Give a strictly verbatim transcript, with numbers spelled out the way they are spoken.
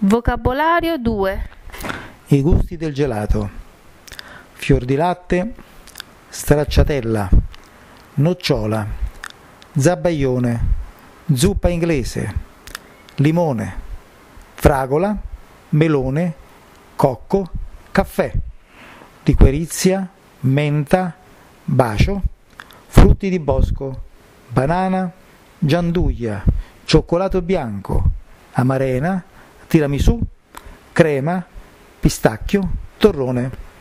Vocabolario due. I gusti del gelato: fior di latte, stracciatella, nocciola, zabaione, zuppa inglese, limone, fragola, melone, cocco, caffè, liquirizia, menta, bacio, frutti di bosco, banana, gianduglia, cioccolato bianco, amarena, tiramisù, crema, pistacchio, torrone.